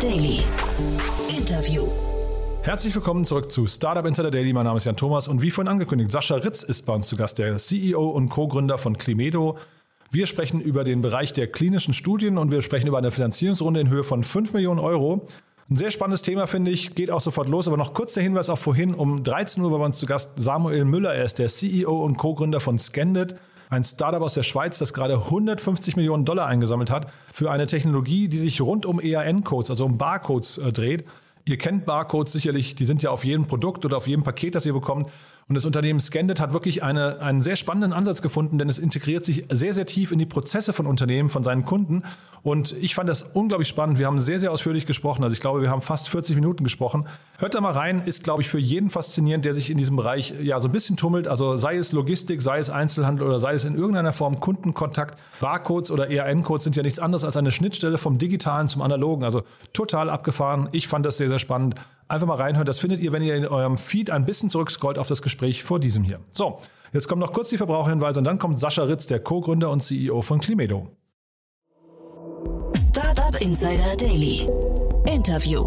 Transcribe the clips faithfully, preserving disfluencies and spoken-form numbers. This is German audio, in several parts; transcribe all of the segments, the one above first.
Daily. Interview. Herzlich willkommen zurück zu Startup Insider Daily. Mein Name ist Jan Thomas und wie vorhin angekündigt, Sascha Ritz ist bei uns zu Gast, der C E O und Co-Gründer von Climedo. Wir sprechen über den Bereich der klinischen Studien und wir sprechen über eine Finanzierungsrunde in Höhe von fünf Millionen Euro. Ein sehr spannendes Thema, finde ich, geht auch sofort los. Aber noch kurz der Hinweis auch vorhin, um dreizehn Uhr war bei uns zu Gast Samuel Müller. Er ist der C E O und Co-Gründer von Scandit, ein Startup aus der Schweiz, das gerade hundertfünfzig Millionen Dollar eingesammelt hat für eine Technologie, die sich rund um E A N-Codes, also um Barcodes äh, dreht. Ihr kennt Barcodes sicherlich, die sind ja auf jedem Produkt oder auf jedem Paket, das ihr bekommt. Und das Unternehmen Scandit hat wirklich eine, einen sehr spannenden Ansatz gefunden, denn es integriert sich sehr, sehr tief in die Prozesse von Unternehmen, von seinen Kunden. Und ich fand das unglaublich spannend. Wir haben sehr, sehr ausführlich gesprochen. Also ich glaube, wir haben fast vierzig Minuten gesprochen. Hört da mal rein, ist, glaube ich, für jeden faszinierend, der sich in diesem Bereich ja so ein bisschen tummelt. Also sei es Logistik, sei es Einzelhandel oder sei es in irgendeiner Form Kundenkontakt. Barcodes oder E A N-Codes sind ja nichts anderes als eine Schnittstelle vom Digitalen zum Analogen. Also total abgefahren. Ich fand das sehr, sehr spannend. Einfach mal reinhören. Das findet ihr, wenn ihr in eurem Feed ein bisschen zurückscrollt auf das Gespräch vor diesem hier. So, jetzt kommen noch kurz die Verbraucherhinweise und dann kommt Sascha Ritz, der Co-Gründer und C E O von Climedo. Startup Insider Daily. Interview.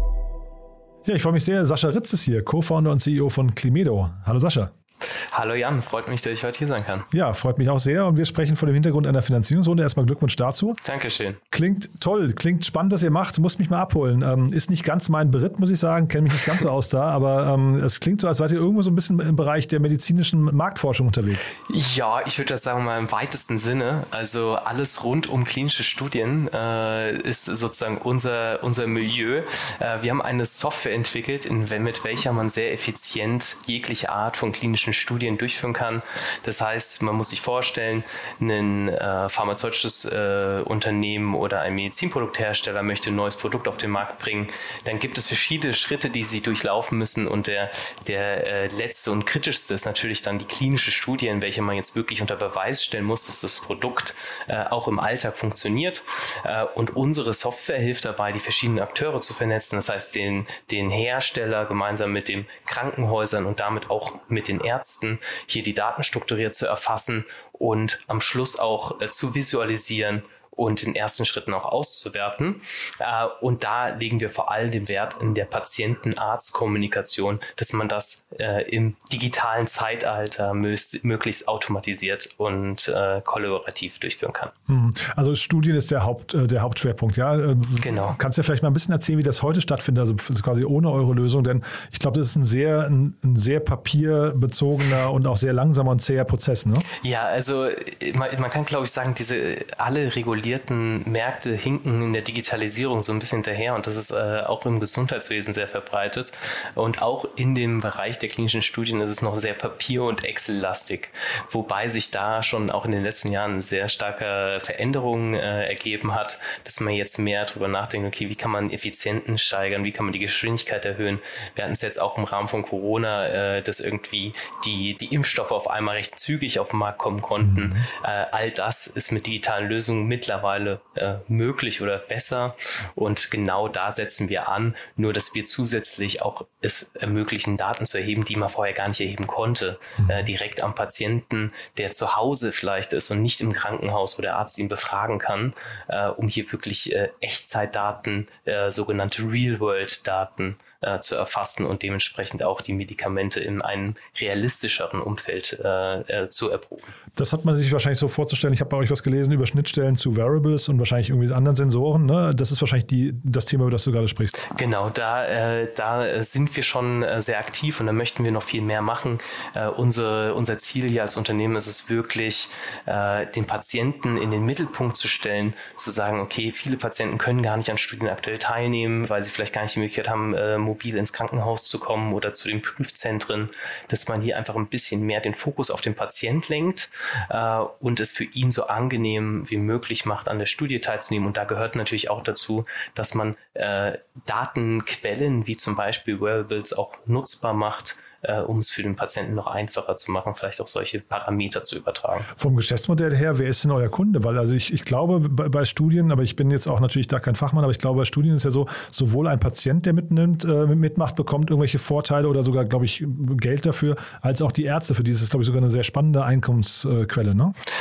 Ja, ich freue mich sehr. Sascha Ritz ist hier, Co-Founder und C E O von Climedo. Hallo Sascha. Hallo Jan, freut mich, dass ich heute hier sein kann. Ja, freut mich auch sehr und wir sprechen vor dem Hintergrund einer Finanzierungsrunde. Erstmal Glückwunsch dazu. Dankeschön. Klingt toll, klingt spannend, was ihr macht, muss mich mal abholen. Ähm, ist nicht ganz mein Beritt, muss ich sagen, kenne mich nicht ganz so aus da, aber ähm, es klingt so, als seid ihr irgendwo so ein bisschen im Bereich der medizinischen Marktforschung unterwegs. Ja, ich würde das sagen mal im weitesten Sinne. Also alles rund um klinische Studien äh, ist sozusagen unser, unser Milieu. Äh, wir haben eine Software entwickelt, in, mit welcher man sehr effizient jegliche Art von klinischen Studien durchführen kann. Das heißt, man muss sich vorstellen, ein äh, pharmazeutisches äh, Unternehmen oder ein Medizinprodukthersteller möchte ein neues Produkt auf den Markt bringen. Dann gibt es verschiedene Schritte, die sie durchlaufen müssen und der, der äh, letzte und kritischste ist natürlich dann die klinische Studie, in welcher man jetzt wirklich unter Beweis stellen muss, dass das Produkt äh, auch im Alltag funktioniert. Äh, und unsere Software hilft dabei, die verschiedenen Akteure zu vernetzen. Das heißt, den, den Hersteller gemeinsam mit den Krankenhäusern und damit auch mit den Ärzten hier die Daten strukturiert zu erfassen und am Schluss auch äh, zu visualisieren und in ersten Schritten auch auszuwerten. Äh, und da legen wir vor allem den Wert in der Patienten-Arzt-Kommunikation, dass man das äh, im digitalen Zeitalter möglichst, möglichst automatisiert und äh, kollaborativ durchführen kann. Also Studien ist der, Haupt, äh, der Hauptschwerpunkt, ja? Äh, genau. Kannst du ja vielleicht mal ein bisschen erzählen, wie das heute stattfindet, also quasi ohne eure Lösung, denn ich glaube, das ist ein sehr, ein, ein sehr papierbezogener und auch sehr langsamer und zäher Prozess, ne? Ja, also man, man kann, glaube ich, sagen, diese alle Regulierungen Märkte hinken in der Digitalisierung so ein bisschen hinterher und das ist äh, auch im Gesundheitswesen sehr verbreitet und auch in dem Bereich der klinischen Studien ist es noch sehr Papier- und Excel-lastig, wobei sich da schon auch in den letzten Jahren sehr starke Veränderungen äh, ergeben hat, dass man jetzt mehr darüber nachdenkt, okay, wie kann man Effizienzen steigern, wie kann man die Geschwindigkeit erhöhen. Wir hatten es jetzt auch im Rahmen von Corona, äh, dass irgendwie die, die Impfstoffe auf einmal recht zügig auf den Markt kommen konnten. Mhm. Äh, all das ist mit digitalen Lösungen mittlerweile mittlerweile äh, möglich oder besser und genau da setzen wir an, nur dass wir zusätzlich auch es ermöglichen, Daten zu erheben, die man vorher gar nicht erheben konnte, mhm. äh, direkt am Patienten, der zu Hause vielleicht ist und nicht im Krankenhaus, wo der Arzt ihn befragen kann, äh, um hier wirklich äh, Echtzeitdaten, äh, sogenannte Real-World-Daten äh, zu erfassen und dementsprechend auch die Medikamente in einem realistischeren Umfeld äh, äh, zu erproben. Das hat man sich wahrscheinlich so vorzustellen. Ich habe bei euch was gelesen über Schnittstellen zu Wearables und wahrscheinlich irgendwie anderen Sensoren. Ne? Das ist wahrscheinlich die, das Thema, über das du gerade sprichst. Genau, da, äh, da sind wir schon äh, sehr aktiv und da möchten wir noch viel mehr machen. Äh, unsere, unser Ziel hier als Unternehmen ist es wirklich, äh, den Patienten in den Mittelpunkt zu stellen, zu sagen, okay, viele Patienten können gar nicht an Studien aktuell teilnehmen, weil sie vielleicht gar nicht die Möglichkeit haben, äh, mobil ins Krankenhaus zu kommen oder zu den Prüfzentren, dass man hier einfach ein bisschen mehr den Fokus auf den Patient lenkt äh, und es für ihn so angenehm wie möglich macht, an der Studie teilzunehmen. Und da gehört natürlich auch dazu, dass man äh, Datenquellen wie zum Beispiel Wearables auch nutzbar macht, äh, um es für den Patienten noch einfacher zu machen, vielleicht auch solche Parameter zu übertragen. Vom Geschäftsmodell her, wer ist denn euer Kunde? Weil also ich, ich glaube bei, bei Studien, aber ich bin jetzt auch natürlich da kein Fachmann, aber ich glaube bei Studien ist ja so, sowohl ein Patient, der mitnimmt, äh, mitmacht, bekommt irgendwelche Vorteile oder sogar, glaube ich, Geld dafür, als auch die Ärzte, für die ist es, glaube ich, sogar eine sehr spannende Einkommensquelle, ne?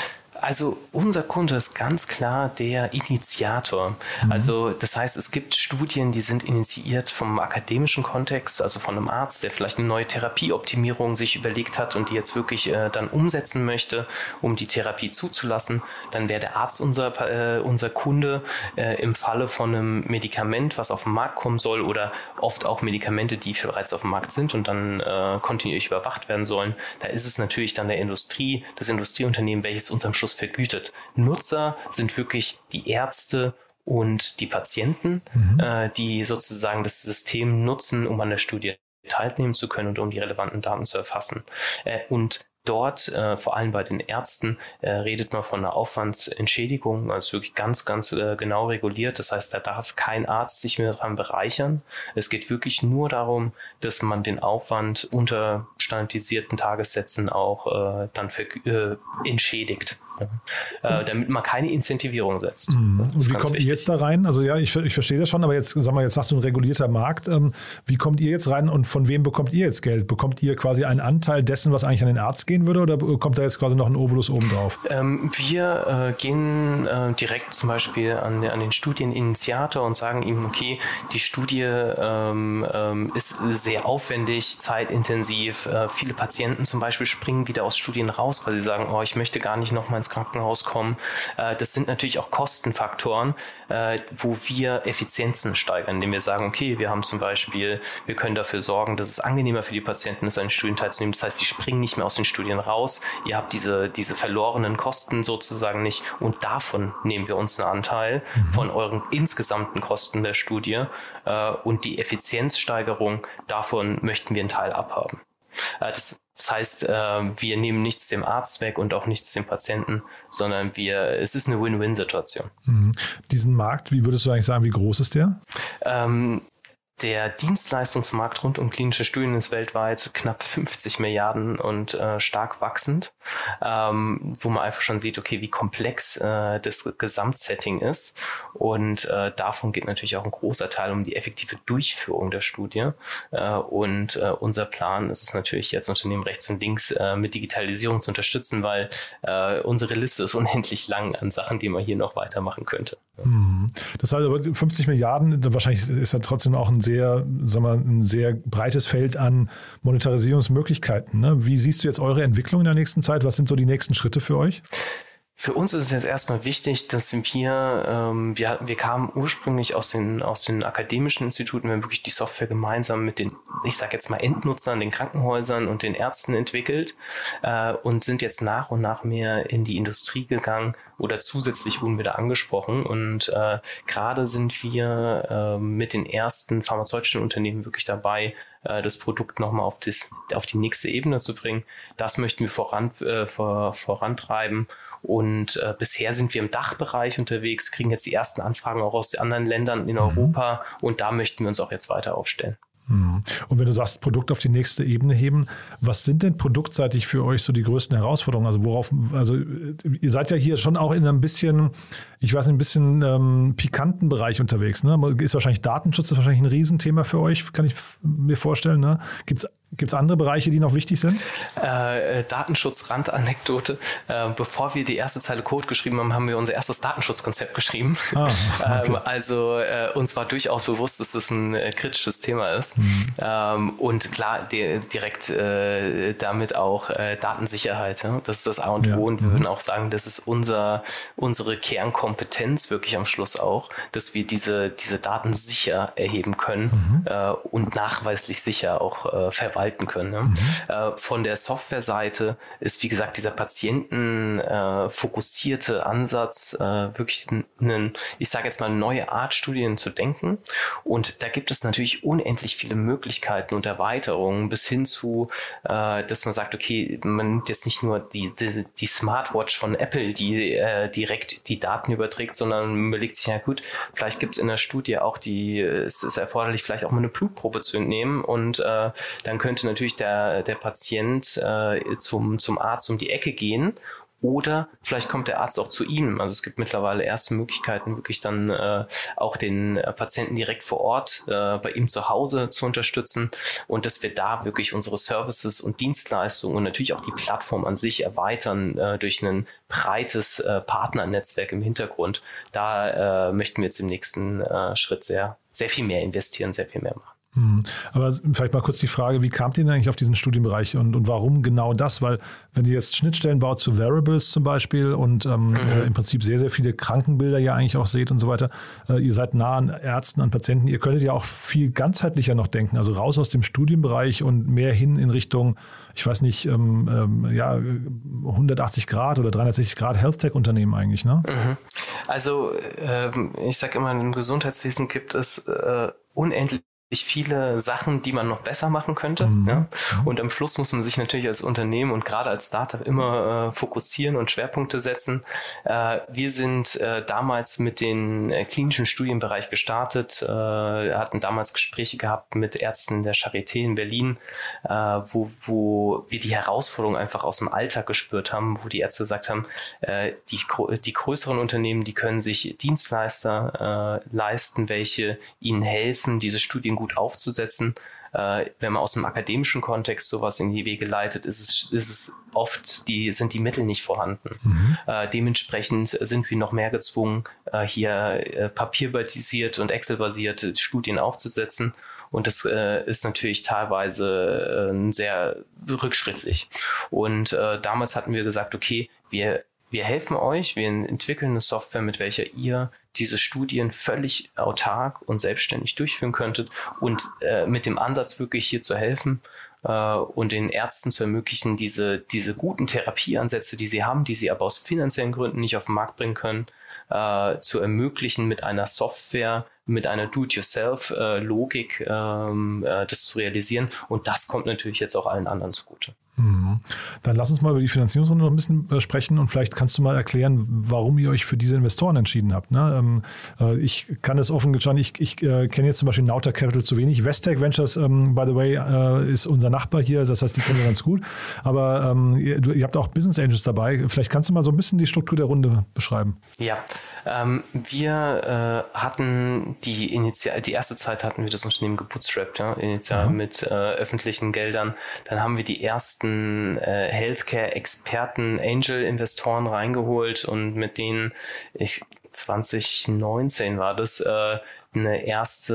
Also unser Kunde ist ganz klar der Initiator. Mhm. Also das heißt, es gibt Studien, die sind initiiert vom akademischen Kontext, also von einem Arzt, der vielleicht eine neue Therapieoptimierung sich überlegt hat und die jetzt wirklich äh, dann umsetzen möchte, um die Therapie zuzulassen. Dann wäre der Arzt unser, äh, unser Kunde äh, im Falle von einem Medikament, was auf den Markt kommen soll, oder oft auch Medikamente, die bereits auf dem Markt sind und dann äh, kontinuierlich überwacht werden sollen. Da ist es natürlich dann der Industrie, das Industrieunternehmen, welches uns am Schluss vergütet. Nutzer sind wirklich die Ärzte und die Patienten, mhm. äh, die sozusagen das System nutzen, um an der Studie teilnehmen zu können und um die relevanten Daten zu erfassen. Äh, und Dort, äh, vor allem bei den Ärzten, äh, redet man von einer Aufwandsentschädigung, also wirklich ganz, ganz äh, genau reguliert. Das heißt, da darf kein Arzt sich mehr daran bereichern. Es geht wirklich nur darum, dass man den Aufwand unter standardisierten Tagessätzen auch äh, dann verg- äh, entschädigt, ja. äh, damit man keine Incentivierung setzt. Mhm. Und wie kommt wichtig. Ihr jetzt da rein? Also ja, ich, ich verstehe das schon, aber jetzt, sag mal, jetzt sagst du ein regulierter Markt. Ähm, wie kommt ihr jetzt rein und von wem bekommt ihr jetzt Geld? Bekommt ihr quasi einen Anteil dessen, was eigentlich an den Arzt geht? Würde oder kommt da jetzt quasi noch ein Obolus oben drauf? Ähm, wir äh, gehen äh, direkt zum Beispiel an, an den Studieninitiator und sagen ihm, okay, die Studie ähm, ähm, ist sehr aufwendig, zeitintensiv. Äh, viele Patienten zum Beispiel springen wieder aus Studien raus, weil sie sagen, oh, ich möchte gar nicht nochmal ins Krankenhaus kommen. Äh, das sind natürlich auch Kostenfaktoren, äh, wo wir Effizienzen steigern, indem wir sagen, okay, wir haben zum Beispiel, wir können dafür sorgen, dass es angenehmer für die Patienten ist, an den Studien teilzunehmen. Das heißt, sie springen nicht mehr aus den Studien raus. Ihr habt diese, diese verlorenen Kosten sozusagen nicht und davon nehmen wir uns einen Anteil mhm. von euren insgesamten Kosten der Studie äh, und die Effizienzsteigerung, davon möchten wir einen Teil abhaben. Äh, das, das heißt, äh, wir nehmen nichts dem Arzt weg und auch nichts dem Patienten, sondern wir, es ist eine Win-Win-Situation. Mhm. Diesen Markt, wie würdest du eigentlich sagen, wie groß ist der? Ähm, Der Dienstleistungsmarkt rund um klinische Studien ist weltweit knapp fünfzig Milliarden und äh, stark wachsend, ähm, wo man einfach schon sieht, okay, wie komplex äh, das Gesamtsetting ist. Und äh, davon geht natürlich auch ein großer Teil um die effektive Durchführung der Studie. Äh, und äh, unser Plan ist es natürlich jetzt, Unternehmen rechts und links äh, mit Digitalisierung zu unterstützen, weil äh, unsere Liste ist unendlich lang an Sachen, die man hier noch weitermachen könnte. Mhm. Das heißt aber fünfzig Milliarden, wahrscheinlich ist ja trotzdem auch ein sehr, sagen wir, ein sehr breites Feld an Monetarisierungsmöglichkeiten. Ne? Wie siehst du jetzt eure Entwicklung in der nächsten Zeit? Was sind so die nächsten Schritte für euch? Für uns ist es jetzt erstmal wichtig, dass wir, ähm, wir, wir kamen ursprünglich aus den, aus den akademischen Instituten, wir haben wirklich die Software gemeinsam mit den, ich sage jetzt mal Endnutzern, den Krankenhäusern und den Ärzten entwickelt äh, und sind jetzt nach und nach mehr in die Industrie gegangen oder zusätzlich wurden wir da angesprochen und äh, gerade sind wir äh, mit den ersten pharmazeutischen Unternehmen wirklich dabei, das Produkt nochmal auf, das, auf die nächste Ebene zu bringen. Das möchten wir voran, äh, vor, vorantreiben. Und äh, bisher sind wir im Dachbereich unterwegs, kriegen jetzt die ersten Anfragen auch aus den anderen Ländern in Europa und da möchten wir uns auch jetzt weiter aufstellen. Und wenn du sagst, Produkt auf die nächste Ebene heben, was sind denn produktseitig für euch so die größten Herausforderungen? Also worauf, also ihr seid ja hier schon auch in einem bisschen, ich weiß nicht, ein bisschen ähm, pikanten Bereich unterwegs. Ne? Ist wahrscheinlich Datenschutz ist wahrscheinlich ein Riesenthema für euch, kann ich mir vorstellen. Ne? Gibt's Gibt es andere Bereiche, die noch wichtig sind? Äh, Datenschutz-Randanekdote. Äh, bevor wir die erste Zeile Code geschrieben haben, haben wir unser erstes Datenschutzkonzept geschrieben. Ah, okay. ähm, also äh, uns war durchaus bewusst, dass das ein äh, kritisches Thema ist. Mhm. Ähm, und klar, die, direkt äh, damit auch äh, Datensicherheit. Ja? Das ist das A und O. Ja. Und wir mhm. würden auch sagen, das ist unser, unsere Kernkompetenz wirklich am Schluss auch, dass wir diese, diese Daten sicher erheben können mhm. äh, und nachweislich sicher auch äh, verwalten können. Ne? Mhm. Äh, von der Softwareseite ist, wie gesagt, dieser patientenfokussierte äh, Ansatz, äh, wirklich einen, ich sage jetzt mal, neue Art Studien zu denken. Und da gibt es natürlich unendlich viele Möglichkeiten und Erweiterungen bis hin zu, äh, dass man sagt, okay, man nimmt jetzt nicht nur die, die, die Smartwatch von Apple, die äh, direkt die Daten überträgt, sondern man überlegt sich, ja gut, vielleicht gibt es in der Studie auch die, es ist erforderlich, vielleicht auch mal eine Blutprobe zu entnehmen und äh, dann könnte natürlich der, der Patient äh, zum, zum Arzt um die Ecke gehen Oder vielleicht kommt der Arzt auch zu Ihnen. Also es gibt mittlerweile erste Möglichkeiten, wirklich dann äh, auch den äh, Patienten direkt vor Ort äh, bei ihm zu Hause zu unterstützen und dass wir da wirklich unsere Services und Dienstleistungen und natürlich auch die Plattform an sich erweitern äh, durch ein breites äh, Partnernetzwerk im Hintergrund. Da äh, möchten wir jetzt im nächsten äh, Schritt sehr, sehr viel mehr investieren, sehr viel mehr machen. Aber vielleicht mal kurz die Frage, wie kamt ihr denn eigentlich auf diesen Studienbereich und, und warum genau das? Weil wenn ihr jetzt Schnittstellen baut zu Wearables zum Beispiel und ähm, mhm. äh, im Prinzip sehr, sehr viele Krankenbilder ja eigentlich auch seht und so weiter, äh, ihr seid nah an Ärzten, an Patienten, ihr könntet ja auch viel ganzheitlicher noch denken, also raus aus dem Studienbereich und mehr hin in Richtung, ich weiß nicht, ähm, ähm, ja, hundertachtzig Grad oder dreihundertsechzig Grad Health-Tech-Unternehmen eigentlich, ne? Mhm. Also ähm, ich sage immer, im Gesundheitswesen gibt es äh, unendlich viele Sachen, die man noch besser machen könnte. Mhm. Ja? Und am Schluss muss man sich natürlich als Unternehmen und gerade als Startup immer äh, fokussieren und Schwerpunkte setzen. Äh, wir sind äh, damals mit dem äh, klinischen Studienbereich gestartet, äh, hatten damals Gespräche gehabt mit Ärzten der Charité in Berlin, äh, wo, wo wir die Herausforderung einfach aus dem Alltag gespürt haben, wo die Ärzte gesagt haben, äh, die, die größeren Unternehmen, die können sich Dienstleister äh, leisten, welche ihnen helfen, diese Studien gut aufzusetzen. Äh, wenn man aus dem akademischen Kontext sowas in die Wege leitet, ist es, ist es oft, die, sind die Mittel nicht vorhanden. Mhm. Äh, dementsprechend sind wir noch mehr gezwungen, äh, hier äh, papierbasiert und Excel-basierte Studien aufzusetzen. Und das äh, ist natürlich teilweise äh, sehr rückschrittlich. Und äh, damals hatten wir gesagt, okay, wir Wir helfen euch, wir entwickeln eine Software, mit welcher ihr diese Studien völlig autark und selbstständig durchführen könntet und äh, mit dem Ansatz wirklich hier zu helfen äh, und den Ärzten zu ermöglichen, diese, diese guten Therapieansätze, die sie haben, die sie aber aus finanziellen Gründen nicht auf den Markt bringen können, äh, zu ermöglichen mit einer Software, mit einer Do-it-yourself-Logik äh, äh, das zu realisieren. Und das kommt natürlich jetzt auch allen anderen zugute. Mhm. Dann lass uns mal über die Finanzierungsrunde noch ein bisschen äh, sprechen und vielleicht kannst du mal erklären, warum ihr euch für diese Investoren entschieden habt. Ne? Ähm, äh, ich kann das offen gestanden, ich, ich äh, kenne jetzt zum Beispiel Nauta Capital zu wenig. Westech Ventures, ähm, by the way, äh, ist unser Nachbar hier, das heißt, die kennen wir ganz gut. Aber ähm, ihr, ihr habt auch Business Angels dabei. Vielleicht kannst du mal so ein bisschen die Struktur der Runde beschreiben. Ja, ähm, wir äh, hatten die Initial, die erste Zeit hatten wir das Unternehmen gebootstrapped, ja, initial mhm. mit äh, öffentlichen Geldern. Dann haben wir die ersten äh, Healthcare-Experten, Angel-Investoren reingeholt und mit denen, ich, zwanzig neunzehn war das, äh, eine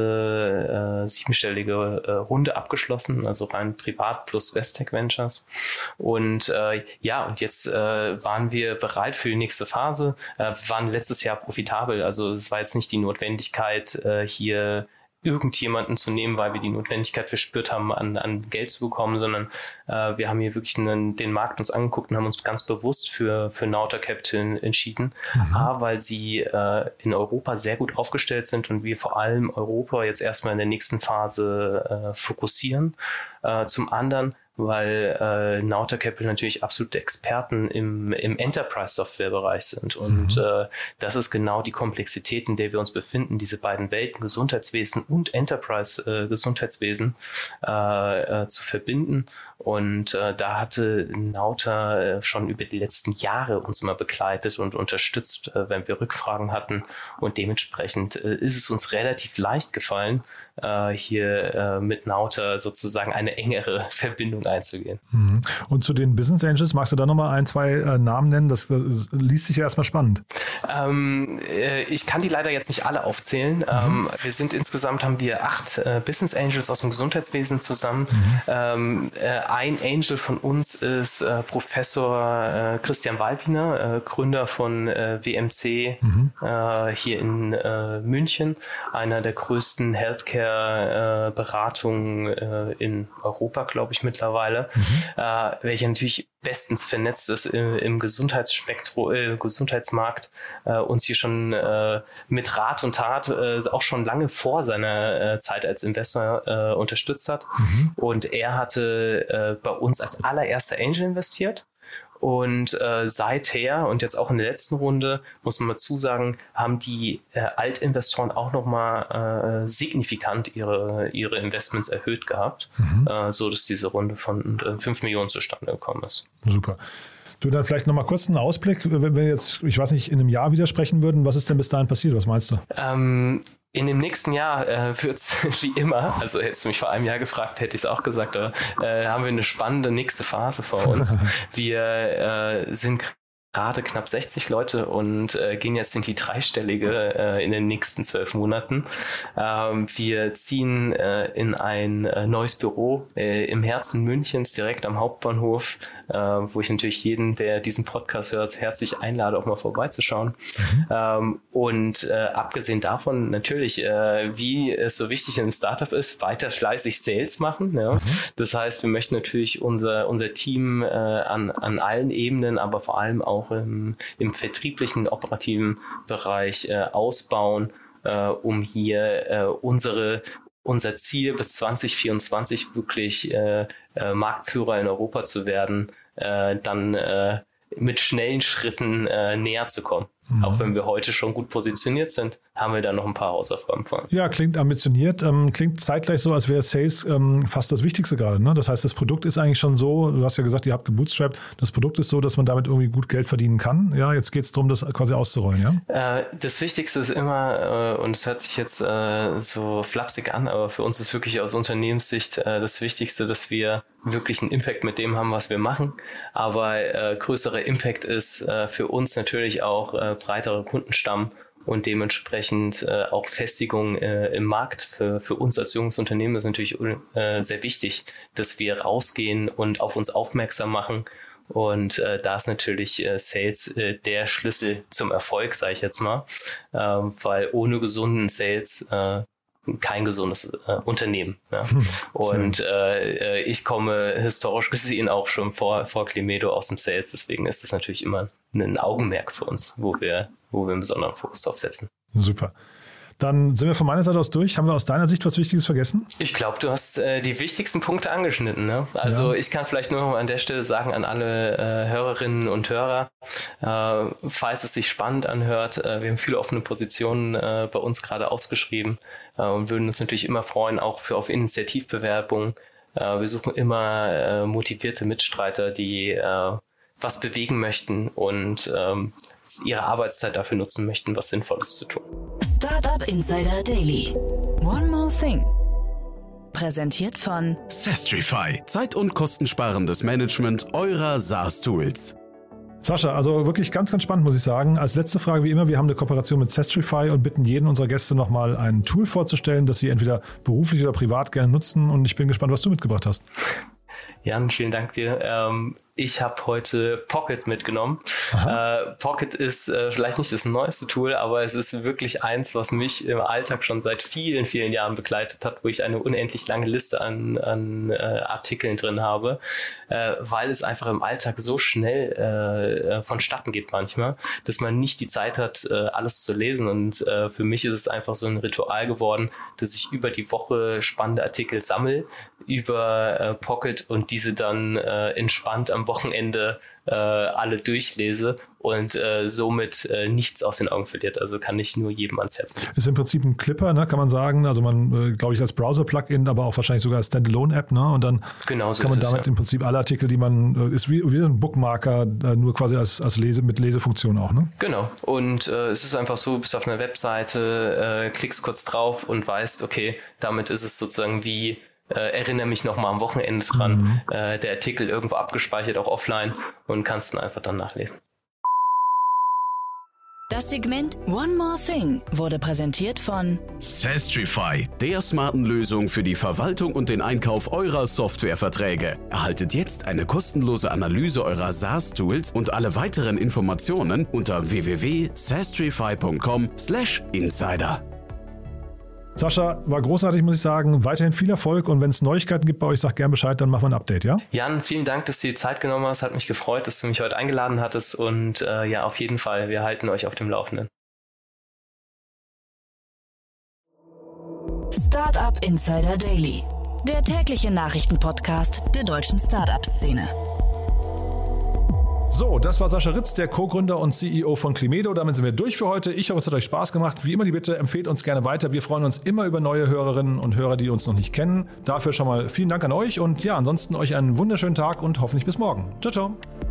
erste äh, siebenstellige äh, Runde abgeschlossen, also rein privat plus Westech Ventures. Und äh, ja, und jetzt äh, waren wir bereit für die nächste Phase. Äh, wir waren letztes Jahr profitabel, also es war jetzt nicht die Notwendigkeit, äh, hier irgendjemanden zu nehmen, weil wir die Notwendigkeit verspürt haben, an, an Geld zu bekommen, sondern äh, wir haben hier wirklich einen, den Markt uns angeguckt und haben uns ganz bewusst für, für Nauta Capital entschieden. Mhm. A, weil sie äh, in Europa sehr gut aufgestellt sind und wir vor allem Europa jetzt erstmal in der nächsten Phase äh, fokussieren. Äh, zum anderen, weil äh, Nauta Capital natürlich absolute Experten im, im Enterprise-Software-Bereich sind. Und mhm. äh, das ist genau die Komplexität, in der wir uns befinden, diese beiden Welten, Gesundheitswesen und Enterprise-Gesundheitswesen äh, äh, zu verbinden. Und äh, da hatte Nauta äh, schon über die letzten Jahre uns immer begleitet und unterstützt, äh, wenn wir Rückfragen hatten. Und dementsprechend äh, ist es uns relativ leicht gefallen, äh, hier äh, mit Nauta sozusagen eine engere Verbindung einzugehen. Und zu den Business Angels, magst du da nochmal ein, zwei äh, Namen nennen? Das, das liest sich ja erstmal spannend. Ähm, äh, ich kann die leider jetzt nicht alle aufzählen. Mhm. Ähm, wir sind insgesamt, haben wir acht äh, Business Angels aus dem Gesundheitswesen zusammen. Mhm. Ähm, äh, ein Angel von uns ist äh, Professor äh, Christian Wallwiener, äh, Gründer von äh, W M C mhm. äh, hier in äh, München, einer der größten Healthcare-Beratungen äh, äh, in Europa, glaube ich, mittlerweile, mhm. äh, welcher natürlich bestens vernetzt ist im, im Gesundheitsspektrum, äh, Gesundheitsmarkt, äh, uns hier schon äh, mit Rat und Tat äh, auch schon lange vor seiner äh, Zeit als Investor äh, unterstützt hat. Mhm. Und er hatte äh, bei uns als allererster Angel investiert. Und äh, seither und jetzt auch in der letzten Runde, muss man mal zusagen, haben die äh, Altinvestoren auch nochmal äh, signifikant ihre, ihre Investments erhöht gehabt, mhm. äh, so dass diese Runde von äh, fünf Millionen zustande gekommen ist. Super. Du, dann vielleicht nochmal kurz einen Ausblick, wenn wir jetzt, ich weiß nicht, in einem Jahr wieder sprechen würden, was ist denn bis dahin passiert? Was meinst du? Ähm, in dem nächsten Jahr äh, wird es wie immer, also hättest du mich vor einem Jahr gefragt, hätte ich es auch gesagt, aber äh, haben wir eine spannende nächste Phase vor uns. Wir äh, sind gerade knapp sechzig Leute und äh, gehen jetzt in die dreistellige äh, in den nächsten zwölf Monaten. Ähm, wir ziehen äh, in ein äh, neues Büro äh, im Herzen Münchens, direkt am Hauptbahnhof, äh, wo ich natürlich jeden, der diesen Podcast hört, herzlich einlade, auch mal vorbeizuschauen. Mhm. Ähm, und äh, abgesehen davon natürlich, äh, wie es so wichtig in einem Startup ist, weiter fleißig Sales machen. Ja? Mhm. Das heißt, wir möchten natürlich unser, unser Team äh, an, an allen Ebenen, aber vor allem auch auch im, im vertrieblichen, operativen Bereich äh, ausbauen, äh, um hier äh, unsere, unser Ziel bis zwanzig vierundzwanzig wirklich äh, äh, Marktführer in Europa zu werden, äh, dann äh, mit schnellen Schritten äh, näher zu kommen. Mhm. Auch wenn wir heute schon gut positioniert sind, haben wir da noch ein paar Hausaufgaben vor uns. Ja, klingt ambitioniert. Ähm, klingt zeitgleich so, als wäre Sales ähm, fast das Wichtigste gerade. Ne? Das heißt, das Produkt ist eigentlich schon so, du hast ja gesagt, ihr habt gebootstrapped, das Produkt ist so, dass man damit irgendwie gut Geld verdienen kann. Ja, jetzt geht es darum, das quasi auszurollen, ja? Äh, das Wichtigste ist immer, äh, und es hört sich jetzt äh, so flapsig an, aber für uns ist wirklich aus Unternehmenssicht äh, das Wichtigste, dass wir wirklich einen Impact mit dem haben, was wir machen. Aber äh, größerer Impact ist äh, für uns natürlich auch äh, breiterer Kundenstamm und dementsprechend äh, auch Festigung äh, im Markt. Für, für uns als junges Unternehmen ist natürlich äh, sehr wichtig, dass wir rausgehen und auf uns aufmerksam machen. Und äh, da ist natürlich äh, Sales äh, der Schlüssel zum Erfolg, sage ich jetzt mal, ähm, weil ohne gesunden Sales äh, kein gesundes äh, Unternehmen. Ja. Hm, und äh, ich komme historisch gesehen auch schon vor, vor Climedo aus dem Sales, deswegen ist das natürlich immer ein Augenmerk für uns, wo wir, wo wir einen besonderen Fokus drauf setzen. Super. Dann sind wir von meiner Seite aus durch. Haben wir aus deiner Sicht was Wichtiges vergessen? Ich glaube, du hast äh, die wichtigsten Punkte angeschnitten. Ne? Also ja. Ich kann vielleicht nur noch an der Stelle sagen an alle äh, Hörerinnen und Hörer, äh, falls es sich spannend anhört, äh, wir haben viele offene Positionen äh, bei uns gerade ausgeschrieben äh, und würden uns natürlich immer freuen, auch für auf Initiativbewerbungen. Äh, wir suchen immer äh, motivierte Mitstreiter, die äh, was bewegen möchten und ähm, ihre Arbeitszeit dafür nutzen möchten, was Sinnvolles zu tun. Startup Insider Daily. One more thing. Präsentiert von Sastrify. Zeit- und kostensparendes Management eurer SaaS-Tools. Sascha, also wirklich ganz, ganz spannend, muss ich sagen. Als letzte Frage wie immer, wir haben eine Kooperation mit Sastrify und bitten jeden unserer Gäste nochmal ein Tool vorzustellen, das sie entweder beruflich oder privat gerne nutzen. Und ich bin gespannt, was du mitgebracht hast. Jan, vielen Dank dir. Ähm, ich habe heute Pocket mitgenommen. Äh, Pocket ist äh, vielleicht nicht das neueste Tool, aber es ist wirklich eins, was mich im Alltag schon seit vielen, vielen Jahren begleitet hat, wo ich eine unendlich lange Liste an, an äh, Artikeln drin habe, äh, weil es einfach im Alltag so schnell äh, vonstatten geht manchmal, dass man nicht die Zeit hat, äh, alles zu lesen. Und äh, für mich ist es einfach so ein Ritual geworden, dass ich über die Woche spannende Artikel sammle, über äh, Pocket und diese dann äh, entspannt am Wochenende äh, alle durchlese und äh, somit äh, nichts aus den Augen verliert. Also kann ich nur jedem ans Herz legen. Ist im Prinzip ein Clipper, ne, kann man sagen. Also man, äh, glaube ich, als Browser-Plugin, aber auch wahrscheinlich sogar als Standalone-App. Ne? Und dann genau so kann man damit es, ja. im Prinzip alle Artikel, die man, äh, ist wie, wie ein Bookmarker, äh, nur quasi als, als Lese, mit Lesefunktion auch. Ne? Genau. Und äh, es ist einfach so, du bist auf einer Webseite, äh, klickst kurz drauf und weißt, okay, damit ist es sozusagen wie Äh, erinnere mich nochmal am Wochenende dran, mhm. äh, der Artikel irgendwo abgespeichert, auch offline und kannst dann einfach dann nachlesen. Das Segment One More Thing wurde präsentiert von Sastrify, der smarten Lösung für die Verwaltung und den Einkauf eurer Softwareverträge. Erhaltet jetzt eine kostenlose Analyse eurer SaaS-Tools und alle weiteren Informationen unter w w w punkt sastrify punkt com slash insider. Sascha, war großartig, muss ich sagen. Weiterhin viel Erfolg und wenn es Neuigkeiten gibt bei euch, sag gern Bescheid, dann machen wir ein Update, ja? Jan, vielen Dank, dass du die Zeit genommen hast. Hat mich gefreut, dass du mich heute eingeladen hattest und äh, ja, auf jeden Fall, wir halten euch auf dem Laufenden. Startup Insider Daily, der tägliche Nachrichtenpodcast der deutschen Startup-Szene. So, das war Sascha Ritz, der Co-Gründer und C E O von Climedo. Damit sind wir durch für heute. Ich hoffe, es hat euch Spaß gemacht. Wie immer die Bitte, empfehlt uns gerne weiter. Wir freuen uns immer über neue Hörerinnen und Hörer, die uns noch nicht kennen. Dafür schon mal vielen Dank an euch und ja, ansonsten euch einen wunderschönen Tag und hoffentlich bis morgen. Ciao, ciao.